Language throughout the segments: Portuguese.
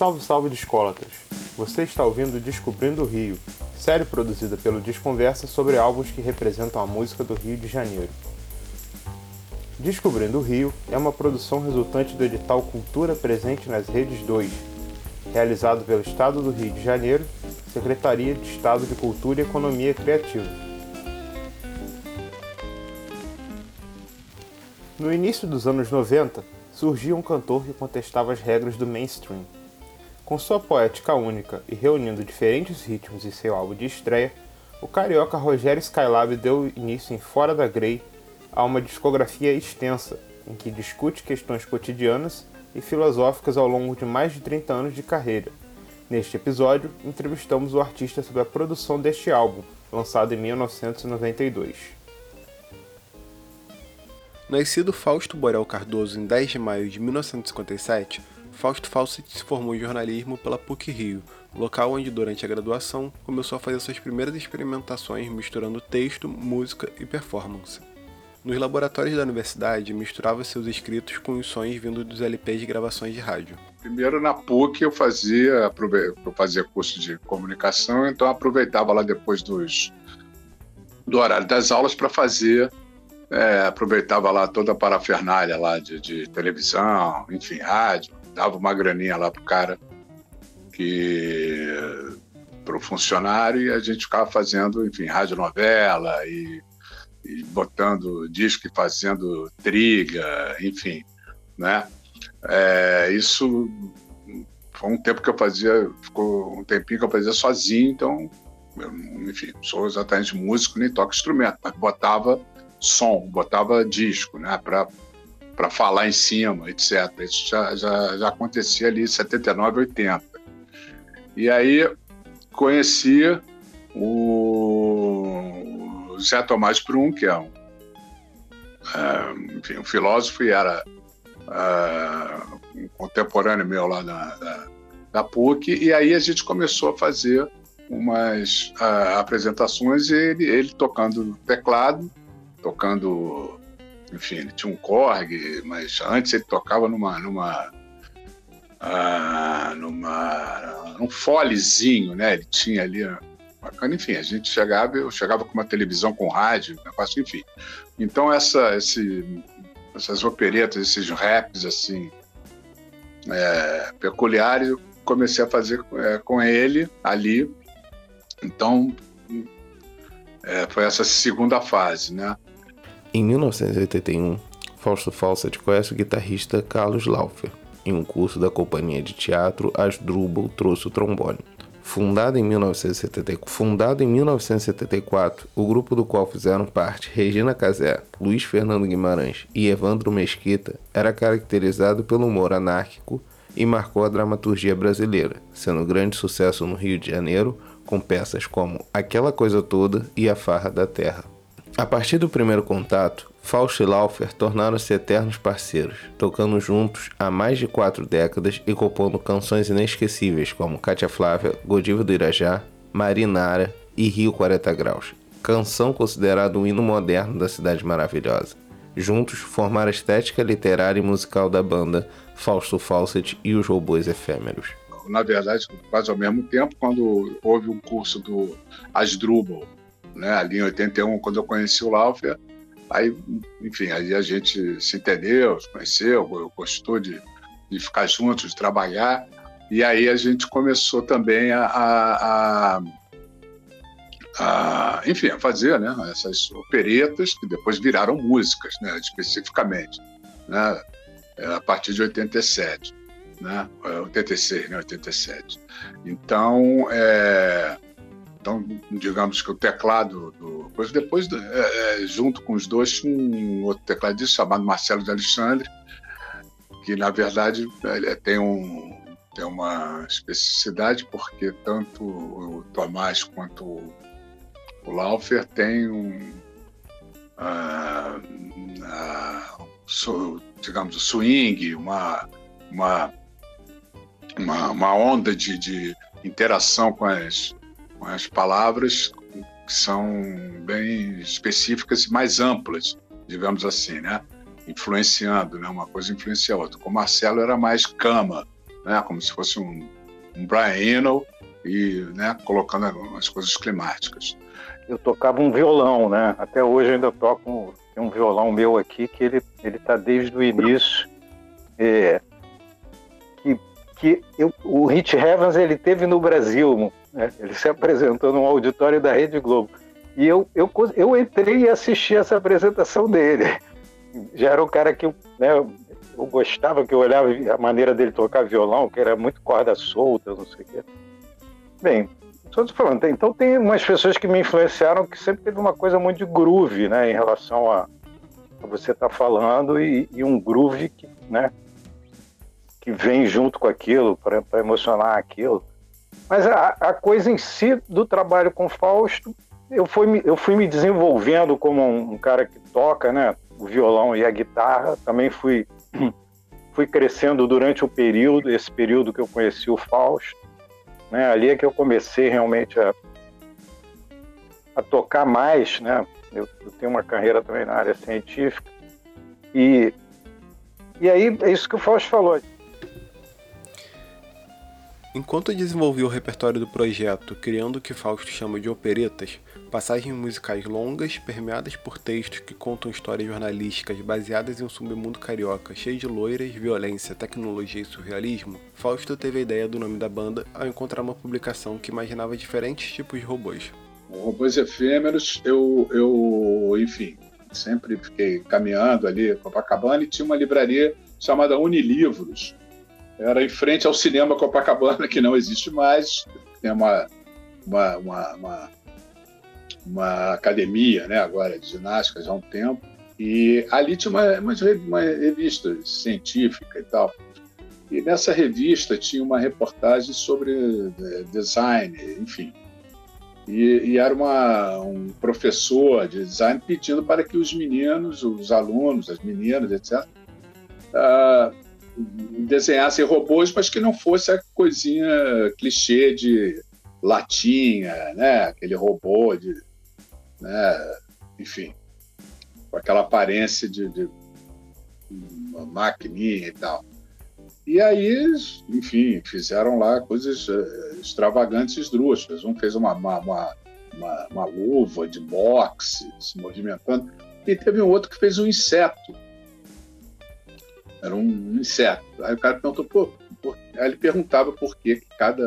Salve, salve discólatras! Você está ouvindo Descobrindo o Rio, série produzida pelo Desconversa sobre álbuns que representam a música do Rio de Janeiro. Descobrindo o Rio é uma produção resultante do edital Cultura Presente nas Redes 2, realizado pelo Estado do Rio de Janeiro, Secretaria de Estado de Cultura e Economia Criativa. No início dos anos 90, surgia um cantor que contestava as regras do mainstream. Com sua poética única e reunindo diferentes ritmos em seu álbum de estreia, o carioca Rogério Skylab deu início em Fora da Grey a uma discografia extensa, em que discute questões cotidianas e filosóficas ao longo de mais de 30 anos de carreira. Neste episódio, entrevistamos o artista sobre a produção deste álbum, lançado em 1992. Nascido Fausto Borel Cardoso em 10 de maio de 1957, Fausto Fawcett se formou em jornalismo pela PUC-Rio, local onde, durante a graduação, começou a fazer suas primeiras experimentações misturando texto, música e performance. Nos laboratórios da universidade, misturava seus escritos com os sons vindo dos LPs de gravações de rádio. Primeiro na PUC eu fazia curso de comunicação, então eu aproveitava lá depois do horário das aulas para fazer, aproveitava lá toda a parafernália lá de televisão, enfim, rádio, dava uma graninha lá pro cara, pro funcionário, e a gente ficava fazendo, enfim, radionovela e botando disco e fazendo trilha, enfim, né? Isso foi um tempo que eu fazia, ficou um tempinho que eu fazia sozinho, então, enfim, não sou exatamente músico nem toco instrumento, mas botava som, botava disco, né, para falar em cima, etc. Isso já acontecia ali em 79, 80. E aí conheci o Zé Tomás Prum, que é um filósofo, e era um contemporâneo meu lá da PUC, e aí a gente começou a fazer umas apresentações, e ele tocando teclado, enfim, ele tinha um Korg, mas antes ele tocava num folezinho, né? Ele tinha ali, bacana, enfim, eu chegava com uma televisão com rádio, negócio, enfim. Então essas operetas, esses raps assim, peculiares, eu comecei a fazer com ele ali. Então foi essa segunda fase, né? Em 1981, Fausto Fawcett conhece o guitarrista Carlos Laufer. Em um curso da companhia de teatro, Asdrubal trouxe o trombone. Fundado em 1974, o grupo do qual fizeram parte Regina Casé, Luiz Fernando Guimarães e Evandro Mesquita era caracterizado pelo humor anárquico e marcou a dramaturgia brasileira, sendo um grande sucesso no Rio de Janeiro, com peças como Aquela Coisa Toda e A Farra da Terra. A partir do primeiro contato, Fausto e Laufer tornaram-se eternos parceiros, tocando juntos há mais de 4 décadas e compondo canções inesquecíveis como Cátia Flávia, Godiva do Irajá, Marinara e Rio 40 Graus, canção considerada um hino moderno da Cidade Maravilhosa. Juntos formaram a estética literária e musical da banda Fausto Fawcett e os Robôs Efêmeros. Na verdade, quase ao mesmo tempo, quando houve um curso do Asdrubal, né, ali em 81, quando eu conheci o Laufer, aí, enfim, aí a gente se entendeu, se conheceu, gostou de ficar juntos, de trabalhar, e aí a gente começou também enfim, a fazer, né, essas operetas que depois viraram músicas, né, especificamente, né, a partir de 87, né, 86, né, 87. Então, digamos que o teclado depois junto com os dois, tinha um outro tecladista chamado Marcelo de Alexandre, que na verdade tem uma especificidade, porque tanto o Tomás quanto o Laufer tem digamos, o swing, uma onda de interação com as palavras, que são bem específicas e mais amplas, digamos assim, né? Influenciando, né? Uma coisa influencia a outra. Com o Marcelo era mais cama, né, como se fosse um Brian Eno, e, né, colocando as coisas climáticas. Eu tocava um violão, né? Até hoje eu ainda toco um violão meu aqui que ele tá desde o início. O Rich Evans ele teve no Brasil, né? Ele se apresentou num auditório da Rede Globo. E eu entrei e assisti essa apresentação dele. Já era um cara que eu gostava, que eu olhava a maneira dele tocar violão, que era muito corda solta, não sei o quê. Bem, só te falando, então tem umas pessoas que me influenciaram que sempre teve uma coisa muito de groove, né, em relação a você estar falando e um groove que, né, que vem junto com aquilo, para emocionar aquilo. Mas a coisa em si do trabalho com Fausto, eu fui me desenvolvendo como um cara que toca, né, o violão e a guitarra. Também fui crescendo durante esse período que eu conheci o Fausto, né, ali é que eu comecei realmente a tocar mais, né. Eu tenho uma carreira também na área científica e aí é isso que o Fausto falou. Enquanto desenvolvia o repertório do projeto, criando o que Fausto chama de operetas, passagens musicais longas, permeadas por textos que contam histórias jornalísticas baseadas em um submundo carioca cheio de loiras, violência, tecnologia e surrealismo, Fausto teve a ideia do nome da banda ao encontrar uma publicação que imaginava diferentes tipos de robôs. Robôs efêmeros, eu enfim, sempre fiquei caminhando ali em Copacabana e tinha uma livraria chamada Unilivros. Era em frente ao cinema Copacabana, que não existe mais. Tem uma academia, né, agora de ginástica já há um tempo. E ali tinha uma revista científica e tal. E nessa revista tinha uma reportagem sobre design, enfim. E era um professor de design pedindo para que os meninos, os alunos, as meninas, etc., desenhassem robôs, mas que não fosse a coisinha clichê de latinha, né? Aquele robô né? Enfim, com aquela aparência de uma maquininha e tal. E aí, enfim, fizeram lá coisas extravagantes e esdrúxulas. Um fez uma luva de boxe se movimentando, e teve um outro que fez um inseto. Era um inseto. Aí o cara perguntou, aí ele perguntava por que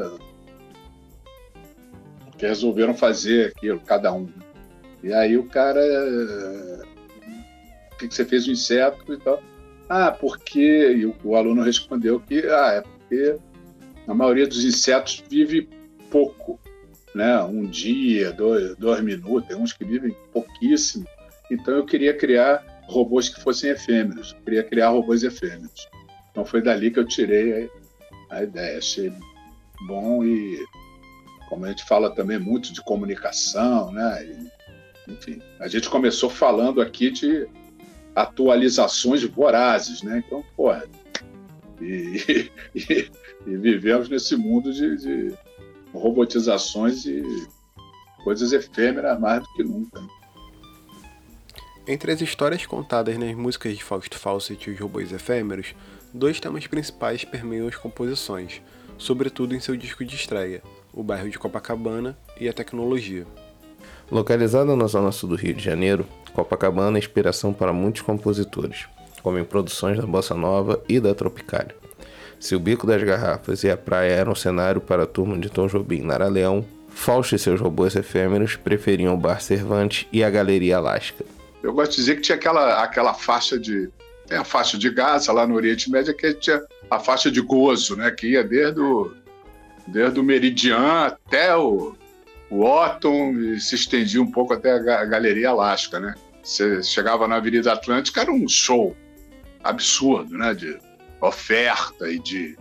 porque resolveram fazer aquilo, cada um. E aí o cara, por que você fez um inseto e tal? Porque, e o aluno respondeu que, é porque a maioria dos insetos vive pouco, né? Um dia, 2 minutos, tem uns que vivem pouquíssimo. Então eu queria criar robôs que fossem efêmeros. Eu queria criar robôs efêmeros. Então foi dali que eu tirei a ideia. Achei bom e, como a gente fala também muito de comunicação, né? Enfim, a gente começou falando aqui de atualizações vorazes, né? Então, porra, e vivemos nesse mundo de robotizações e coisas efêmeras mais do que nunca. Entre as histórias contadas nas músicas de Fausto Fawcett e os robôs efêmeros, 2 temas principais permeiam as composições, sobretudo em seu disco de estreia, O Bairro de Copacabana e A Tecnologia. Localizada na zona sul do Rio de Janeiro, Copacabana é inspiração para muitos compositores, como em produções da Bossa Nova e da Tropicália. Se o Bico das Garrafas e a praia eram um cenário para a turma de Tom Jobim e Nara Leão, Fausto e seus robôs efêmeros preferiam o Bar Cervantes e a Galeria Alasca. Eu gosto de dizer que tinha aquela faixa tem a faixa de Gaza lá no Oriente Médio, que tinha a faixa de Gozo, né, que ia desde o Meridian até o Otton e se estendia um pouco até a Galeria Alasca, né? Você chegava na Avenida Atlântica, era um show absurdo, né, de oferta e de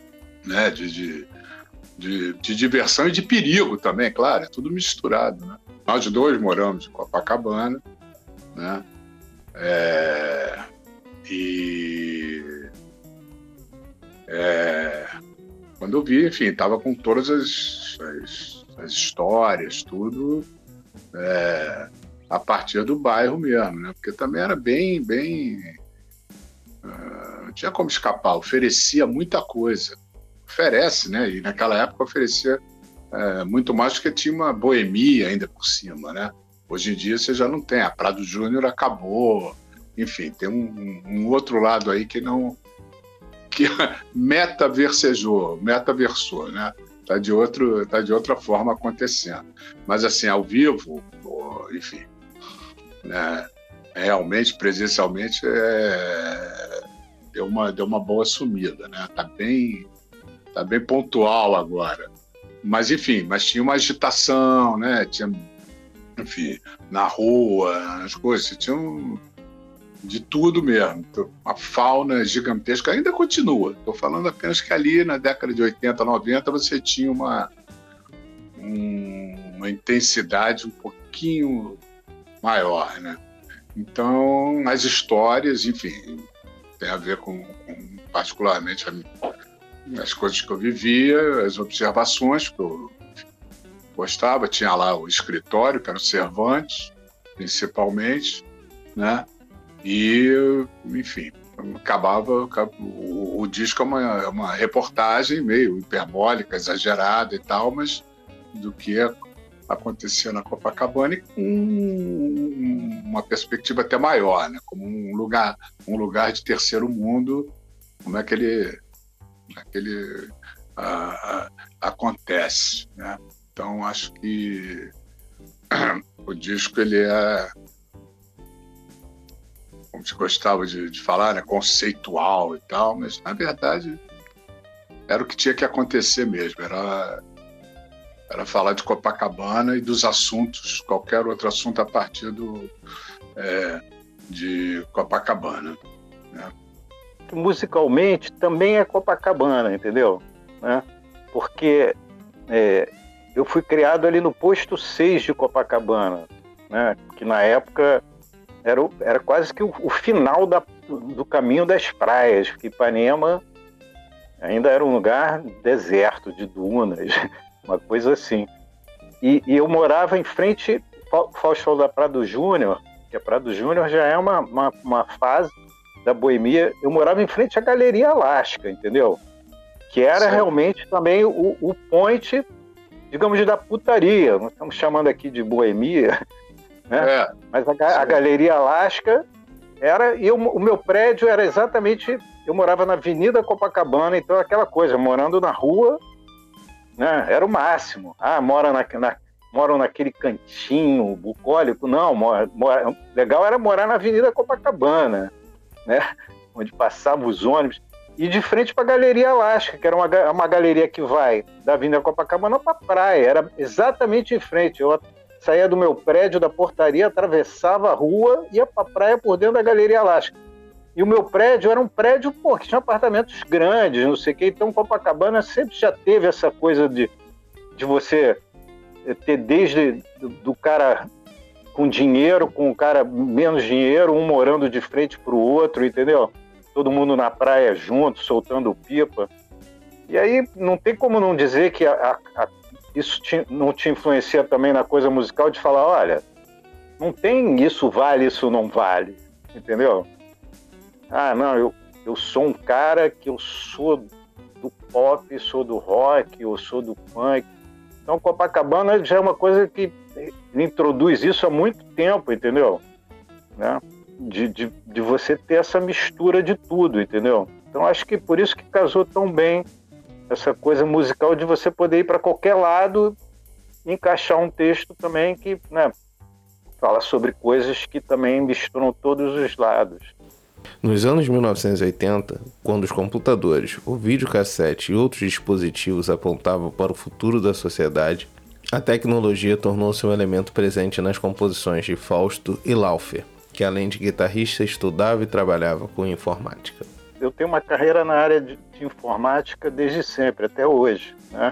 diversão e de perigo também, claro, é tudo misturado, né? Nós 2 moramos em Copacabana, né? Quando eu vi, enfim, estava com todas as histórias, tudo a partir do bairro mesmo, né? Porque também era não tinha como escapar, oferecia muita coisa, oferece, né? E naquela época oferecia muito mais, porque tinha uma boemia ainda por cima, né? Hoje em dia você já não tem, a Prado Júnior acabou, enfim, tem um outro lado aí que metaversou, né? Tá de outra forma acontecendo. Mas assim, ao vivo, enfim, né? Realmente, presencialmente, deu uma boa sumida, né? Tá bem pontual agora. Mas, enfim, tinha uma agitação, né? Tinha, enfim, na rua, as coisas, tinha de tudo mesmo. A fauna gigantesca ainda continua. Estou falando apenas que ali, na década de 80, 90, você tinha uma intensidade um pouquinho maior, né? Então, as histórias, enfim, tem a ver com particularmente as coisas que eu vivia, as observações que eu gostava. Tinha lá o escritório, que era o Cervantes, principalmente, né? E, enfim, o disco é uma reportagem meio hiperbólica, exagerada e tal, mas do que acontecia na Copacabana, e com uma perspectiva até maior, né? Como um lugar de terceiro mundo, como é que ele acontece, né? Então, acho que o disco, ele como se gostava de falar, né, conceitual e tal, mas, na verdade, era o que tinha que acontecer mesmo, era falar de Copacabana e dos assuntos, qualquer outro assunto a partir de Copacabana, né? Musicalmente também é Copacabana, entendeu? Né? Porque eu fui criado ali no posto 6 de Copacabana, né? Que na época era quase que o final do caminho das praias, porque Ipanema ainda era um lugar deserto, de dunas, uma coisa assim. E eu morava em frente, Fausto falou da Prado Júnior, que a Prado Júnior já é uma fase da boemia. Eu morava em frente à Galeria Alaska, entendeu? Que era Sim. realmente também o point, digamos, da putaria. Nós estamos chamando aqui de boemia, né? Mas a Galeria Alaska era... E o meu prédio era exatamente... Eu morava na Avenida Copacabana, então aquela coisa, morando na rua, né? Era o máximo. Moram naquele cantinho bucólico. Não, legal era morar na Avenida Copacabana, né? Onde passavam os ônibus. E de frente para a Galeria Alaska, que era uma galeria que vai da Avenida Copacabana para a praia. Era exatamente em frente. Eu saía do meu prédio, da portaria, atravessava a rua, ia para a praia por dentro da Galeria Alaska. E o meu prédio era um prédio, que tinha apartamentos grandes, não sei o quê. Então, Copacabana sempre já teve essa coisa de você ter desde do cara com dinheiro, com o cara menos dinheiro, um morando de frente para o outro, entendeu? Todo mundo na praia junto, soltando pipa. E aí não tem como não dizer que isso não te influencia também na coisa musical, de falar, olha, não tem isso vale, isso não vale, entendeu? Ah, não, eu sou um cara que eu sou do pop, sou do rock, eu sou do funk. Então, Copacabana já é uma coisa que introduz isso há muito tempo, entendeu? Né? De você ter essa mistura de tudo, entendeu? Então, acho que por isso que casou tão bem essa coisa musical, de você poder ir para qualquer lado e encaixar um texto também que, né, fala sobre coisas que também misturam todos os lados. Nos anos 1980, quando os computadores, o videocassete e outros dispositivos apontavam para o futuro da sociedade, a tecnologia tornou-se um elemento presente nas composições de Fausto e Laufer, que além de guitarrista estudava e trabalhava com informática. Eu tenho uma carreira na área de informática desde sempre, até hoje, né?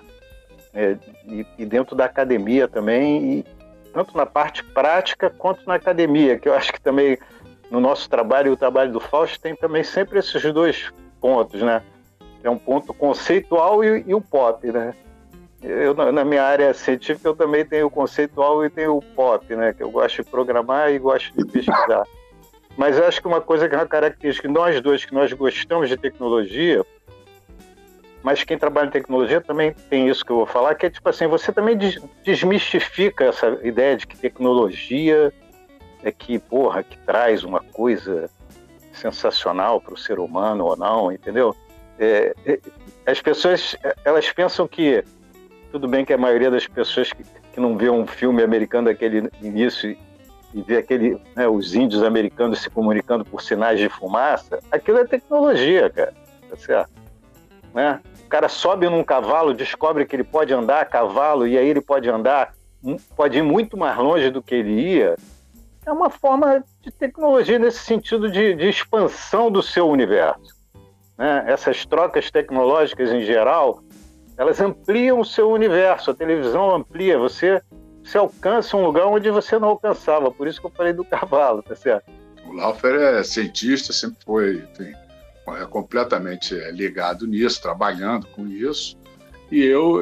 E dentro da academia também, e tanto na parte prática quanto na academia, que eu acho que também no nosso trabalho e o trabalho do Fausto tem também sempre esses dois pontos, né? É um ponto conceitual e o pop, né? Eu, na minha área científica, eu também tenho o conceitual e tenho o pop, né? Que eu gosto de programar e gosto de pesquisar. Mas eu acho que uma coisa que é uma característica de nós dois, que nós gostamos de tecnologia, mas quem trabalha em tecnologia também tem isso que eu vou falar, que é tipo assim, você também desmistifica essa ideia de que tecnologia é que, que traz uma coisa sensacional para o ser humano ou não, entendeu? As pessoas, elas pensam que, tudo bem que a maioria das pessoas que não vê um filme americano daquele início e vê os índios americanos se comunicando por sinais de fumaça, aquilo é tecnologia, cara, tá certo? Né? O cara sobe num cavalo, descobre que ele pode andar a cavalo e aí ele pode ir muito mais longe do que ele ia. É uma forma de tecnologia nesse sentido de expansão do seu universo. Né? Essas trocas tecnológicas em geral, elas ampliam o seu universo, a televisão amplia, você alcança um lugar onde você não alcançava, por isso que eu falei do cavalo, tá certo? O Laufer é cientista, sempre foi, enfim, completamente ligado nisso, trabalhando com isso, e eu,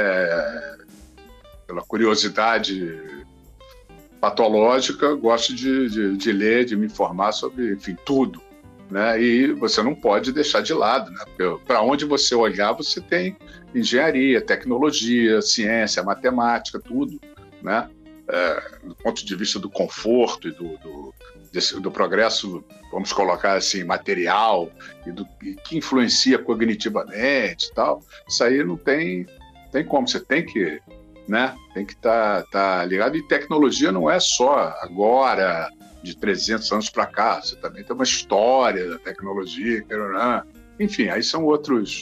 pela curiosidade patológica, gosto de ler, de me informar sobre, enfim, tudo, né? E você não pode deixar de lado, né? Para onde você olhar, você tem engenharia, tecnologia, ciência, matemática, tudo, né? Do ponto de vista do conforto e do progresso, vamos colocar assim, material, e que influencia cognitivamente e tal, isso aí não tem como, você tem que, né? Tem que tá ligado. E tecnologia não é só agora, de 300 anos para cá, você também tem uma história da tecnologia, enfim, aí são outras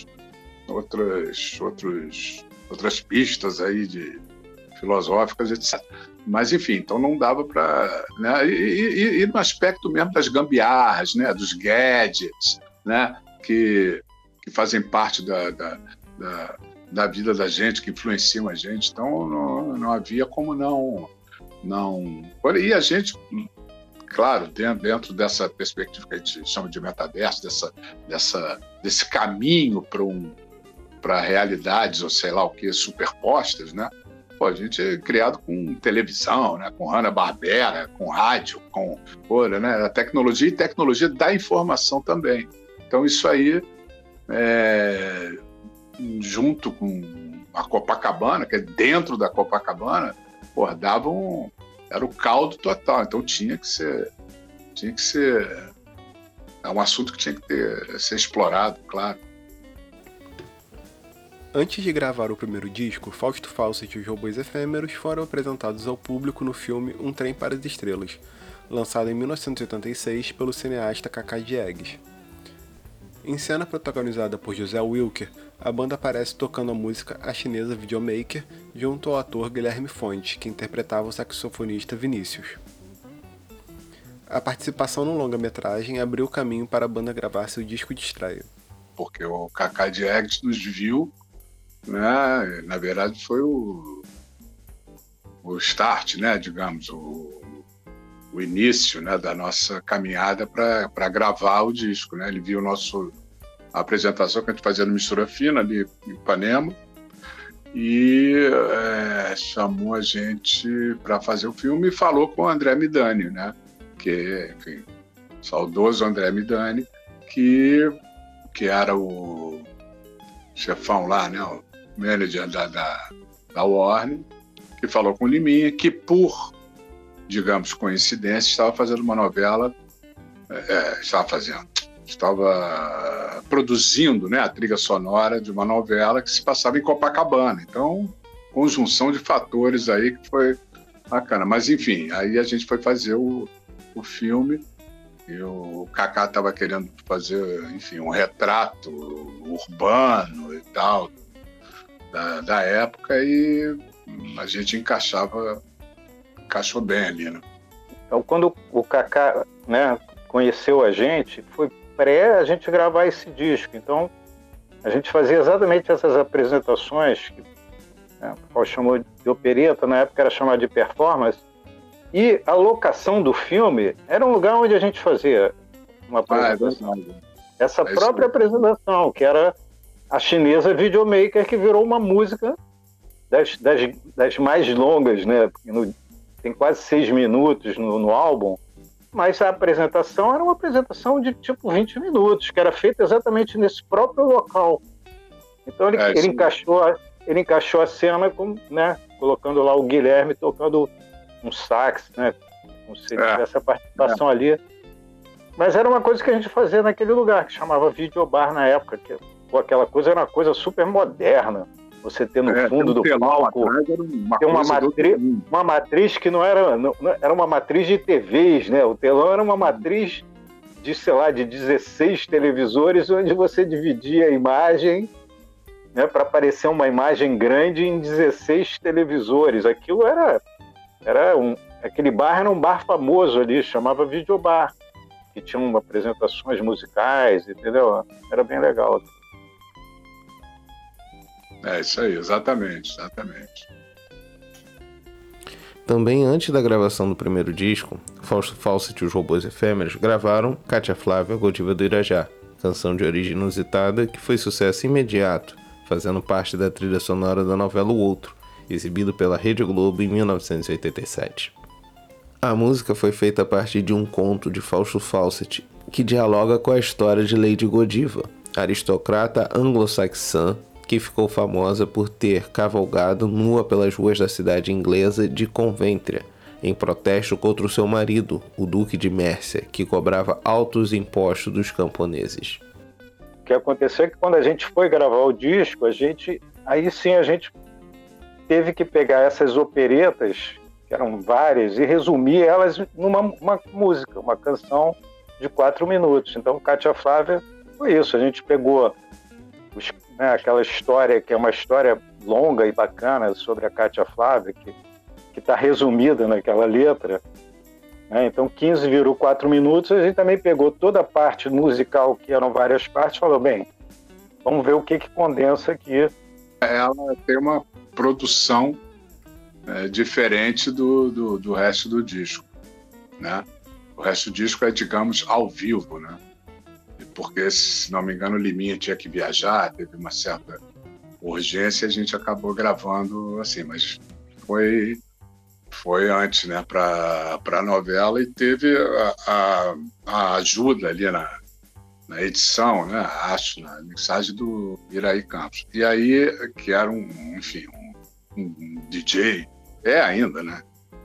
pistas aí filosóficas, etc. Mas, enfim, então não dava para... Né? E no aspecto mesmo das gambiarras, né? Dos gadgets, né? Que fazem parte da vida da gente, que influenciam a gente. Então, não havia como não... E a gente, claro, dentro dessa perspectiva que a gente chama de metaverso, desse caminho para realidades, ou sei lá o que, superpostas, né? Pô, a gente é criado com televisão, né? Com Hanna-Barbera, com rádio, né? A tecnologia e tecnologia da informação também. Então, isso aí, junto com a Copacabana, que é dentro da Copacabana, era o caldo total. Então, tinha que ser um assunto que tinha que ser explorado, claro. Antes de gravar o primeiro disco, Fausto Fawcett e os Robôs Efêmeros foram apresentados ao público no filme Um Trem para as Estrelas, lançado em 1986 pelo cineasta Cacá Diegues. Em cena protagonizada por José Wilker, a banda aparece tocando a música A Chinesa Videomaker junto ao ator Guilherme Fontes, que interpretava o saxofonista Vinícius. A participação no longa-metragem abriu o caminho para a banda gravar seu disco de estreia. Porque o Cacá Diegues nos viu, né? Na verdade foi o start, né? Digamos, o início, né? Da nossa caminhada para gravar o disco, né? Ele viu a apresentação que a gente fazia no Mistura Fina, ali em Ipanema, e chamou a gente para fazer o filme e falou com o André Midani, né? Que, enfim, saudoso André Midani, que era o chefão lá, né? O manager da Warner, que falou com o Liminha, que por, digamos, coincidência, estava fazendo uma novela, estava produzindo, né, a trilha sonora de uma novela que se passava em Copacabana. Então, conjunção de fatores aí que foi bacana. Mas, enfim, aí a gente foi fazer o filme e o Cacá estava querendo fazer, enfim, um retrato urbano e tal da época, e a gente encaixou bem ali, né? Então, quando o Cacá, né, conheceu a gente, foi a gente gravar esse disco. Então, a gente fazia exatamente essas apresentações, que, né, o Paulo chamou de opereta, na época era chamado de performance, e a locação do filme era um lugar onde a gente fazia uma apresentação. Essa própria apresentação, que era a Chinesa Videomaker, que virou uma música das mais longas, né? Tem quase 6 minutos no álbum, mas a apresentação era uma apresentação de tipo 20 minutos, que era feita exatamente nesse próprio local. Então ele encaixou a cena com, né, colocando lá o Guilherme tocando um sax, né, como se ele tivesse a participação ali. Mas era uma coisa que a gente fazia naquele lugar, que chamava videobar na época, que aquela coisa era uma coisa super moderna. Você ter no fundo do palco ter uma matriz que não era uma matriz de TVs, né? O telão era uma matriz de, sei lá, de 16 televisores, onde você dividia a imagem, né, para aparecer uma imagem grande em 16 televisores. Aquilo aquele bar era um bar famoso ali, chamava Videobar, que tinha apresentações musicais, entendeu? Era bem legal. É isso aí, exatamente. Também antes da gravação do primeiro disco, Fausto Fawcett e os Robôs Efêmeros gravaram Cátia Flávia, Godiva do Irajá, canção de origem inusitada que foi sucesso imediato, fazendo parte da trilha sonora da novela O Outro, exibido pela Rede Globo em 1987. A música foi feita a partir de um conto de Fausto Fawcett, que dialoga com a história de Lady Godiva, aristocrata anglo-saxã que ficou famosa por ter cavalgado nua pelas ruas da cidade inglesa de Coventry, em protesto contra o seu marido, o Duque de Mercia, que cobrava altos impostos dos camponeses. O que aconteceu é que quando a gente foi gravar o disco, aí sim a gente teve que pegar essas operetas, que eram várias, e resumir elas numa música, uma canção de 4 minutos. Então, Cátia Flávia foi isso, a gente pegou aquela história, que é uma história longa e bacana sobre a Cátia Flávia, que está resumida naquela letra, né? Então 15 virou 4 minutos, a gente também pegou toda a parte musical, que eram várias partes, e falou, bem, vamos ver o que condensa aqui. Ela tem uma produção diferente do resto do disco, né? O resto do disco é, digamos, ao vivo, né? Porque, se não me engano, o Liminha tinha que viajar, teve uma certa urgência, a gente acabou gravando assim, mas foi antes, né, para a novela, e teve a ajuda ali na edição, né, acho, na mixagem do Iraí Campos. E aí, que era um DJ, ainda, né,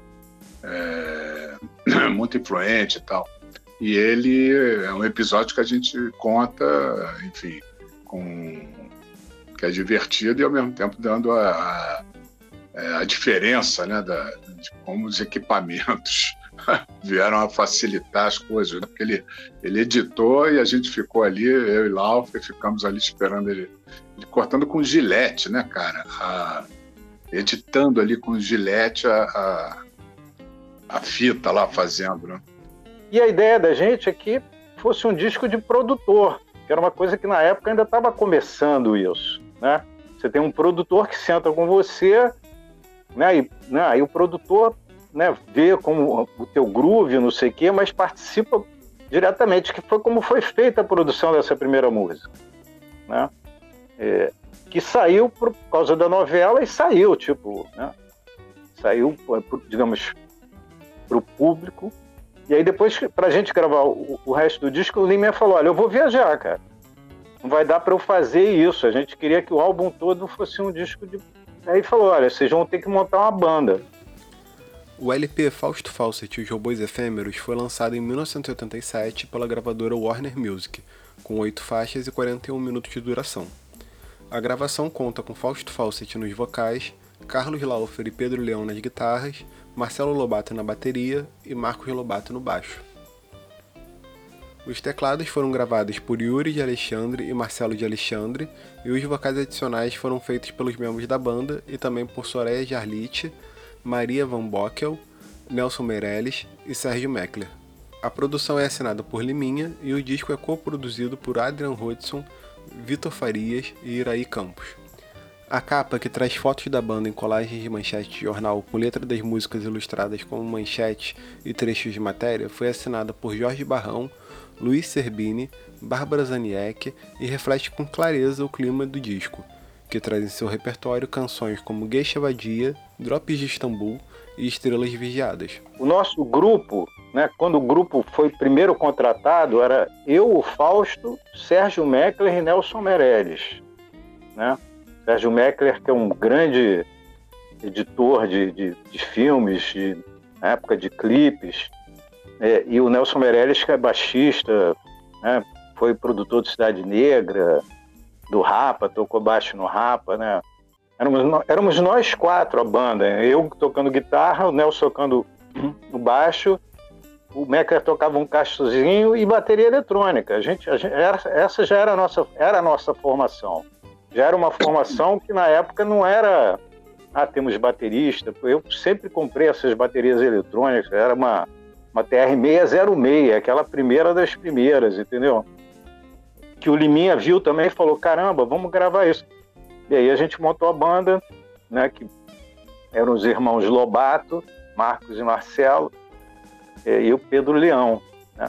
muito influente e tal. E ele é um episódio que a gente conta, enfim, que é divertido e ao mesmo tempo dando a diferença, né, de como os equipamentos vieram a facilitar as coisas, né? Porque ele editou e a gente ficou ali, eu e Laufer, ficamos ali esperando ele cortando com gilete, né, cara? Editando ali com gilete a fita lá, fazendo, né? E a ideia da gente é que fosse um disco de produtor, que era uma coisa que na época ainda estava começando isso, né? Você tem um produtor que senta com você, né? E o produtor, né, vê como o teu groove, não sei o quê, mas participa diretamente, que foi como foi feita a produção dessa primeira música, né? Que saiu por causa da novela e saiu, né? Saiu, digamos, para o público. E aí depois, pra gente gravar o resto do disco, o Liminha falou, olha, eu vou viajar, cara. Não vai dar para eu fazer isso. A gente queria que o álbum todo fosse um disco de... Aí falou, olha, vocês vão ter que montar uma banda. O LP Fausto Fawcett e os Robôs Efêmeros foi lançado em 1987 pela gravadora Warner Music, com 8 faixas e 41 minutos de duração. A gravação conta com Fausto Fawcett nos vocais, Carlos Laufer e Pedro Leão nas guitarras, Marcelo Lobato na bateria e Marcos Lobato no baixo. Os teclados foram gravados por Yuri de Alexandre e Marcelo de Alexandre, e os vocais adicionais foram feitos pelos membros da banda e também por Soraya Jarlite, Maria Van Bockel, Nelson Meirelles e Sérgio Meckler. A produção é assinada por Liminha e o disco é coproduzido por Adrian Hudson, Vitor Farias e Iraí Campos. A capa, que traz fotos da banda em colagens de manchete de jornal com letra das músicas ilustradas como manchetes e trechos de matéria, foi assinada por Jorge Barrão, Luiz Serbini, Bárbara Zaniek e reflete com clareza o clima do disco, que traz em seu repertório canções como Geisha Vadia, Drops de Istambul e Estrelas Vigiadas. O nosso grupo, né, quando o grupo foi primeiro contratado, era eu, o Fausto, Sérgio Meckler e Nelson Meirelles. né? Sérgio Meckler, que é um grande editor de filmes, na época de clipes, e o Nelson Meirelles, que é baixista, né? Foi produtor de Cidade Negra, do Rapa, tocou baixo no Rapa, né? Éramos nós 4 a banda, eu tocando guitarra, o Nelson tocando o baixo, o Meckler tocava um caixozinho e bateria eletrônica. Essa já era a nossa formação. Já era uma formação que na época não era, temos baterista. Eu sempre comprei essas baterias eletrônicas, era uma TR-606, aquela primeira das primeiras, entendeu? Que o Liminha viu também e falou, caramba, vamos gravar isso. E aí a gente montou a banda, né, que eram os irmãos Lobato, Marcos e Marcelo, e o Pedro Leão, né?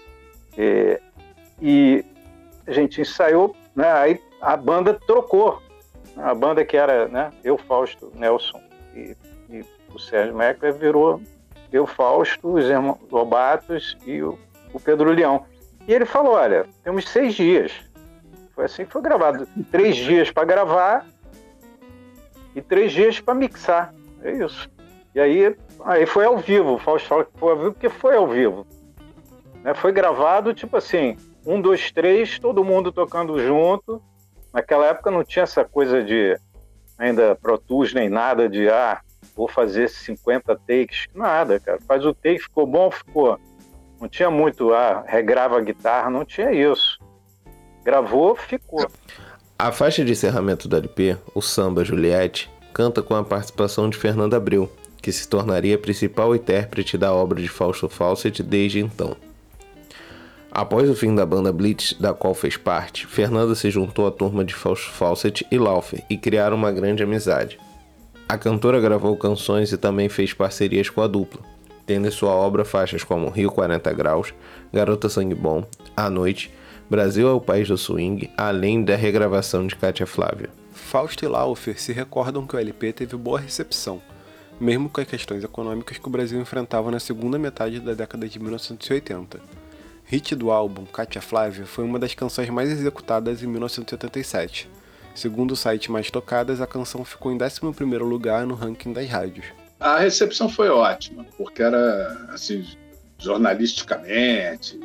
E a gente ensaiou, né, aí a banda trocou. A banda que era, né, eu, Fausto, Nelson e o Sérgio Meckler virou eu, Fausto, os irmãos Lobatos e o Pedro Leão. E ele falou, olha, temos 6 dias. Foi assim que foi gravado. 3 dias para gravar e 3 dias para mixar. É isso. E aí foi ao vivo. O Fausto fala que foi ao vivo porque foi ao vivo. Né? Foi gravado, tipo assim, 1, 2, 3, todo mundo tocando junto. Naquela época não tinha essa coisa de ainda Pro Tools nem nada de vou fazer 50 takes. Nada, cara. Faz o take, ficou bom, ficou. Não tinha muito, regrava a guitarra, não tinha isso. Gravou, ficou. A faixa de encerramento do LP, o Samba Juliette, canta com a participação de Fernando Abreu, que se tornaria a principal intérprete da obra de Fausto Fawcett desde então. Após o fim da banda Blitz, da qual fez parte, Fernanda se juntou à turma de Fausto Fawcett e Laufer e criaram uma grande amizade. A cantora gravou canções e também fez parcerias com a dupla, tendo em sua obra faixas como Rio 40 Graus, Garota Sangue Bom, A Noite, Brasil é o País do Swing, além da regravação de Cátia Flávia. Fausto e Laufer se recordam que o LP teve boa recepção, mesmo com as questões econômicas que o Brasil enfrentava na segunda metade da década de 1980. Hit do álbum, Cátia Flávia, foi uma das canções mais executadas em 1977. Segundo o site Mais Tocadas, a canção ficou em 11º lugar no ranking das rádios. A recepção foi ótima, porque era, assim, jornalisticamente,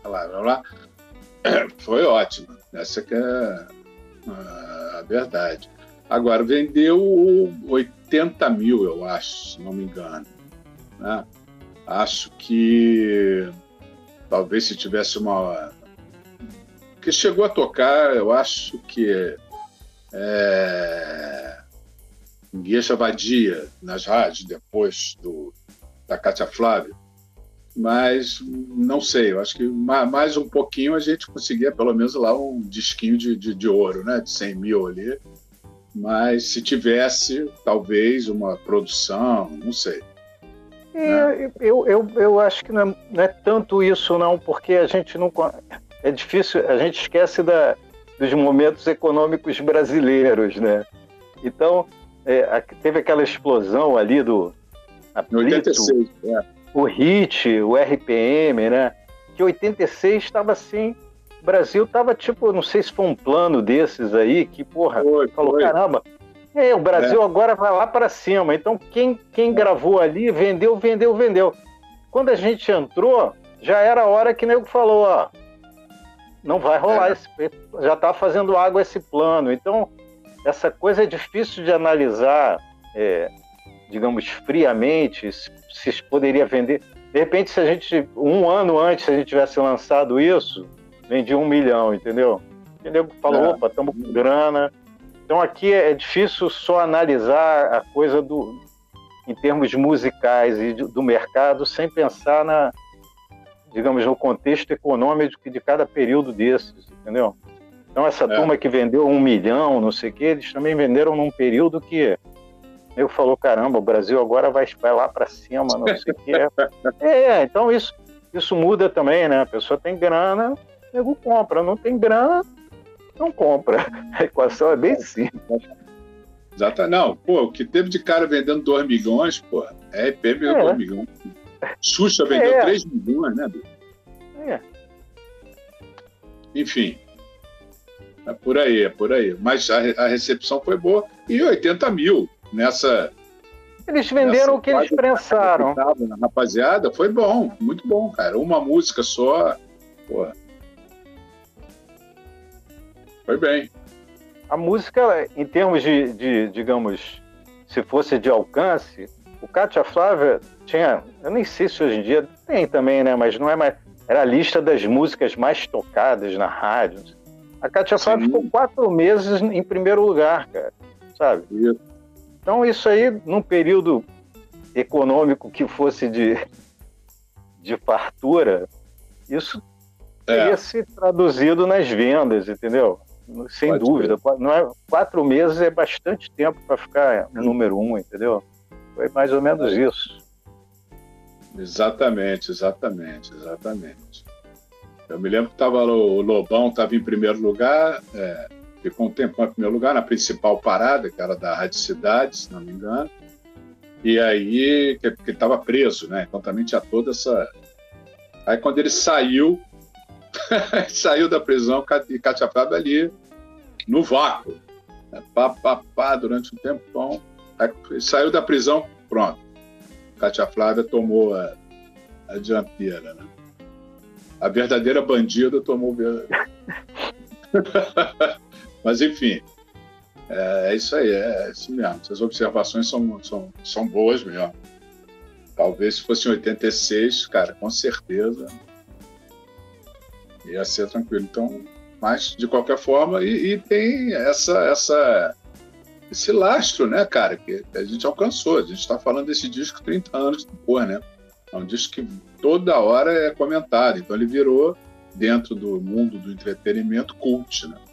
foi ótima. Essa que é a verdade. Agora, vendeu 80 mil, eu acho, se não me engano. Né? Acho que talvez se tivesse uma... que chegou a tocar, eu acho que Gueixa Vadia nas rádios depois da Cátia Flávia, mas não sei, eu acho que mais um pouquinho a gente conseguia pelo menos lá um disquinho de ouro, né, de 100 mil ali, mas se tivesse talvez uma produção, não sei. Né? Eu acho que não é tanto isso não, porque a gente não... É difícil, a gente esquece dos momentos econômicos brasileiros, né? Então, teve aquela explosão ali do... Em 86, o HIT, o RPM, né? Que 86 estava assim, o Brasil estava tipo, não sei se foi um plano desses aí, que porra, falou, caramba, o Brasil agora vai lá para cima. Então quem gravou ali, vendeu. Quando a gente entrou, já era a hora que o nego falou, não vai rolar, já está fazendo água esse plano. Então, essa coisa é difícil de analisar, digamos, friamente, se poderia vender. De repente, se a gente, um ano antes, se a gente tivesse lançado isso, vendia 1 milhão, entendeu? O nego falou, opa, estamos com grana. Então, aqui é difícil só analisar a coisa em termos musicais e do mercado, sem pensar digamos, no contexto econômico de cada período desses, entendeu? Então, essa turma que vendeu 1 milhão, não sei o quê, eles também venderam num período que eu falou, caramba, o Brasil agora vai lá para cima, não sei o quê. Então isso muda também, né? A pessoa tem grana, o nego compra. Não tem grana, não compra. A equação é bem simples. Exato. Não, o que teve de cara vendendo 2 milhões, RPM vendeu 2 milhões. Xuxa vendeu 3 milhões, né? Enfim. É por aí, é por aí. Mas a recepção foi boa. E 80 mil nessa... Eles venderam o que eles pensaram. Rapaziada, foi bom, muito bom, cara. Uma música só, pô. Foi bem. A música, em termos de, digamos, se fosse de alcance, o Cátia Flávia tinha, eu nem sei se hoje em dia tem também, né? Mas não é mais. Era a lista das músicas mais tocadas na rádio. A Cátia Flávia ficou 4 meses em primeiro lugar, cara, sabe? Isso. Então, isso aí, num período econômico que fosse de fartura, isso teria se traduzido nas vendas, entendeu? Sem Pode dúvida. Não é, 4 meses é bastante tempo para ficar no número 1, entendeu? Foi mais ou menos isso. Exatamente. Eu me lembro que tava o Lobão estava em primeiro lugar, ficou um tempo em primeiro lugar, na principal parada, que era da Rádio Cidade, se não me engano. E aí, porque ele estava preso, né? Então também tinha toda essa... Aí quando ele saiu, saiu da prisão, e Cátia Flávia ali, no vácuo. Né? Pá, durante um tempão. Aí saiu da prisão, pronto. Cátia Flávia tomou a dianteira, né? A verdadeira bandida tomou... Mas, enfim, é isso aí, é isso mesmo. Essas observações são boas mesmo. Talvez se fosse em 86, cara, com certeza ia ser tranquilo. Então, mas, de qualquer forma, e tem esse lastro, né, cara, que a gente alcançou. A gente está falando desse disco 30 anos depois, né? É um disco que toda hora é comentado. Então, ele virou, dentro do mundo do entretenimento, cult, né?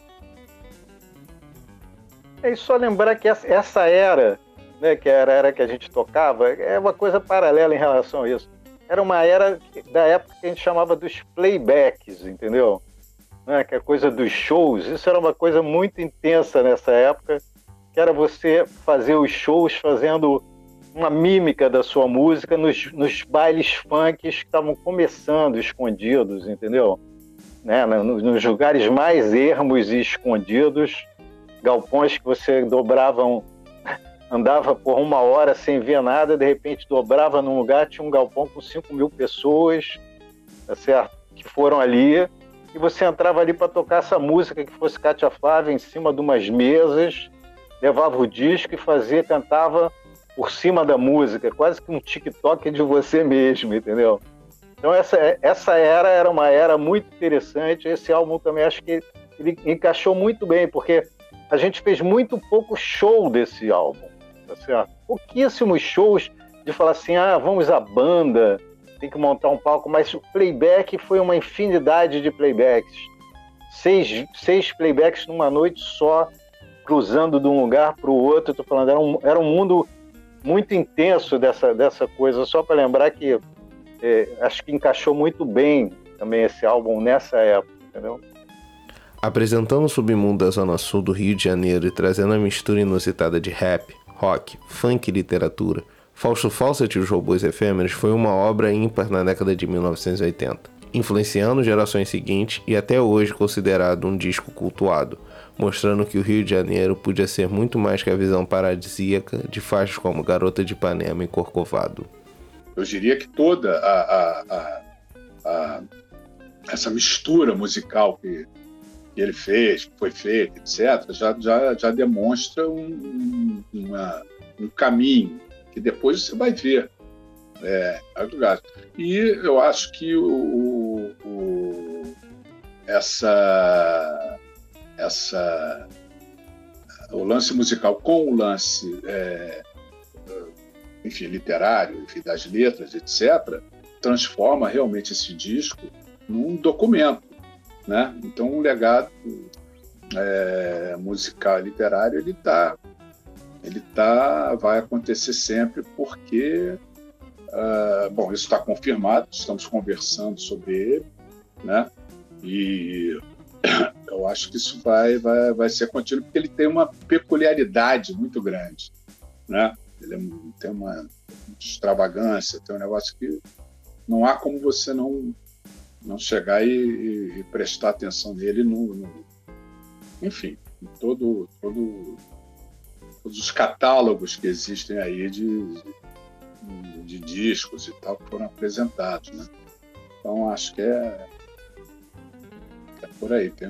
É só lembrar que essa era, né, que era a era que a gente tocava, é uma coisa paralela em relação a isso. Era uma era da época que a gente chamava dos playbacks, entendeu? Né, que é a coisa dos shows. Isso era uma coisa muito intensa nessa época, que era você fazer os shows fazendo uma mímica da sua música nos bailes funks que estavam começando, escondidos, entendeu? Né, nos lugares mais ermos e escondidos, galpões que você andava por 1 hora sem ver nada, de repente dobrava num lugar, tinha um galpão com 5 mil pessoas, tá certo? Que foram ali, e você entrava ali para tocar essa música que fosse Cátia Flávia em cima de umas mesas, levava o disco e cantava por cima da música, quase que um TikTok de você mesmo, entendeu? Então essa era uma era muito interessante. Esse álbum também acho que ele encaixou muito bem, porque a gente fez muito pouco show desse álbum, tá certo? Pouquíssimos shows de falar assim, vamos à banda, tem que montar um palco, mas o playback foi uma infinidade de playbacks. 6 playbacks numa noite só, cruzando de um lugar para o outro. Estou falando, era um mundo muito intenso dessa coisa, só para lembrar que acho que encaixou muito bem também esse álbum nessa época, entendeu? Apresentando o submundo da Zona Sul do Rio de Janeiro e trazendo a mistura inusitada de rap, rock, funk e literatura, Fausto Fawcett e os Robôs Efêmeros foi uma obra ímpar na década de 1980, influenciando gerações seguintes e até hoje considerado um disco cultuado, mostrando que o Rio de Janeiro podia ser muito mais que a visão paradisíaca de faixas como Garota de Ipanema e Corcovado. Eu diria que toda essa mistura musical que ele fez, que foi feita, etc., já demonstra um caminho que depois você vai ver. E eu acho que o lance musical com o lance literário, das letras, etc., transforma realmente esse disco num documento, né? Então, um legado musical e literário vai acontecer sempre, porque isso está confirmado, estamos conversando sobre ele, né? E eu acho que isso vai ser contínuo, porque ele tem uma peculiaridade muito grande, né? Ele tem uma extravagância, tem um negócio que não há como você não chegar e prestar atenção nele enfim, todos os catálogos que existem aí de discos e tal que foram apresentados, né? Então acho que é por aí, tem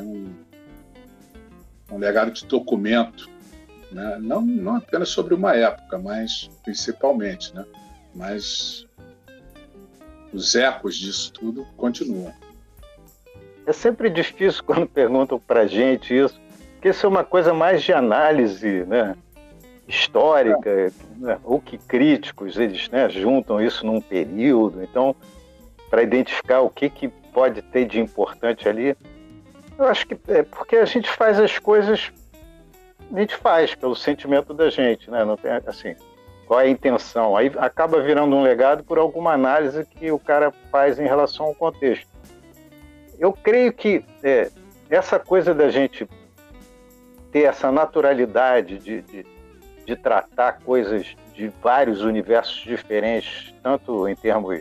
um legado de documento, né? Não apenas sobre uma época, mas principalmente, né? Mas os ecos disso tudo continuam. É sempre difícil quando perguntam para a gente isso, porque isso é uma coisa mais de análise, né, histórica, né, ou que críticos eles, né, juntam isso num período. Então, para identificar o que pode ter de importante ali, eu acho que é porque a gente faz as coisas, a gente faz pelo sentimento da gente, né? Não tem assim, qual é a intenção? Aí acaba virando um legado por alguma análise que o cara faz em relação ao contexto. Eu creio que essa coisa da gente ter essa naturalidade de tratar coisas de vários universos diferentes, tanto em termos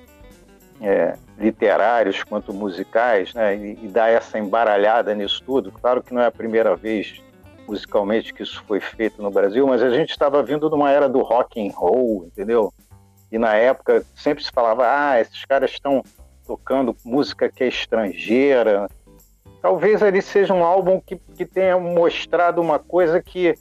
literários quanto musicais, né, e dar essa embaralhada nisso tudo. Claro que não é a primeira vez musicalmente que isso foi feito no Brasil, mas a gente estava vindo de uma era do rock and roll, entendeu? E na época sempre se falava, esses caras estão tocando música que é estrangeira. Talvez ali seja um álbum que tenha mostrado uma coisa que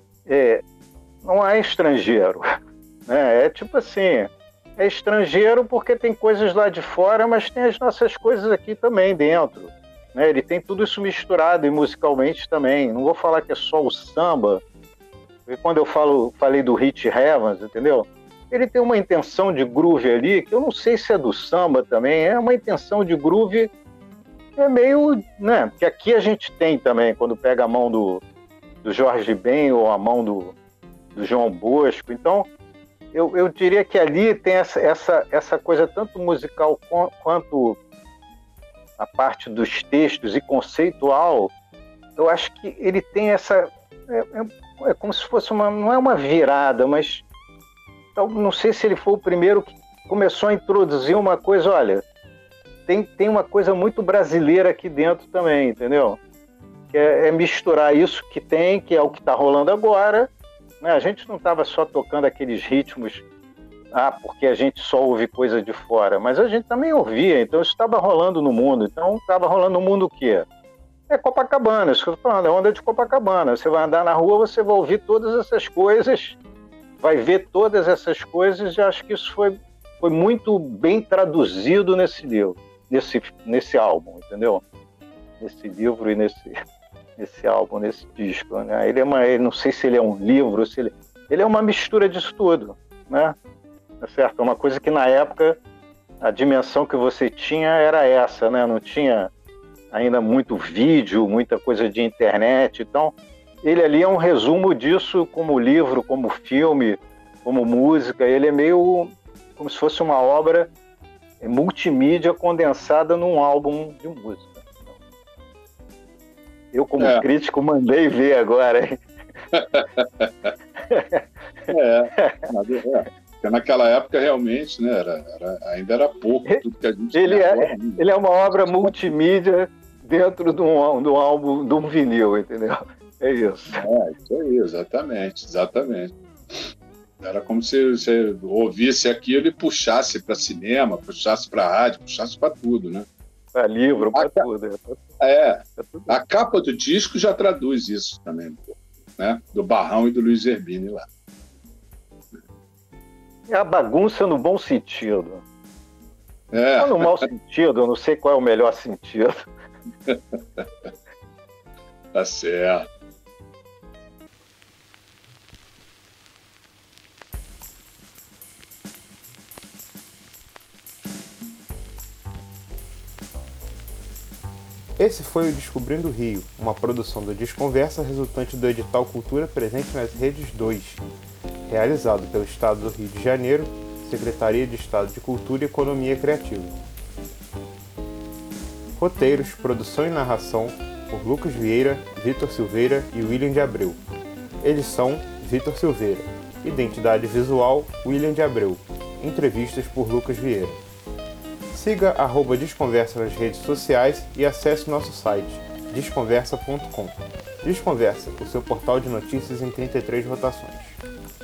não é estrangeiro, né? É tipo assim, é estrangeiro porque tem coisas lá de fora, mas tem as nossas coisas aqui também dentro, né? Ele tem tudo isso misturado e musicalmente também. Não vou falar que é só o samba, porque quando eu falei do Hit Heavens, entendeu? Ele tem uma intenção de groove ali, que eu não sei se é do samba também, é uma intenção de groove meio, né? Que aqui a gente tem também, quando pega a mão do Jorge Ben ou a mão do João Bosco. Então, eu diria que ali tem essa coisa tanto musical quanto a parte dos textos e conceitual. Eu acho que ele tem essa... É como se fosse não é uma virada, mas não sei se ele foi o primeiro que começou a introduzir uma coisa, olha, tem uma coisa muito brasileira aqui dentro também, entendeu? Que é misturar isso que é o que está rolando agora, né? A gente não estava só tocando aqueles ritmos, porque a gente só ouve coisa de fora, mas a gente também ouvia, então isso estava rolando no mundo. Então estava rolando no mundo o quê? É Copacabana, isso que eu estou falando, é onda de Copacabana. Você vai andar na rua, você vai ouvir todas essas coisas, vai ver todas essas coisas, e acho que isso foi muito bem traduzido nesse livro, nesse álbum, entendeu? Nesse livro e nesse álbum, nesse disco, né? Ele não sei se ele é um livro, se ele é uma mistura disso tudo, né? Tá certo? É uma coisa que na época a dimensão que você tinha era essa, né? Não tinha ainda muito vídeo, muita coisa de internet. Então, ele ali é um resumo disso, como livro, como filme, como música. Ele é meio como se fosse uma obra multimídia condensada num álbum de música. Eu, como crítico, mandei ver agora, hein? Porque naquela época, realmente, né, ainda era pouco tudo que a gente ele é uma obra multimídia dentro de um álbum, de um vinil, entendeu? É isso. Isso aí, exatamente. Era como se você ouvisse aquilo e puxasse para cinema, puxasse para rádio, puxasse para tudo, né? Para livro, para tudo. A capa do disco já traduz isso também, né? Do Barrão e do Luiz Zerbini lá. É a bagunça no bom sentido. Ou no mau sentido, eu não sei qual é o melhor sentido. Tá certo. Esse foi o Descobrindo o Rio, uma produção do Desconversa resultante do edital Cultura Presente nas Redes 2, realizado pelo Estado do Rio de Janeiro, Secretaria de Estado de Cultura e Economia Criativa. Roteiros, produção e narração por Lucas Vieira, Vitor Silveira e William de Abreu. Edição, Vitor Silveira. Identidade visual, William de Abreu. Entrevistas por Lucas Vieira. Siga @Desconversa nas redes sociais e acesse nosso site Desconversa.com. Desconversa, o seu portal de notícias em 33 rotações.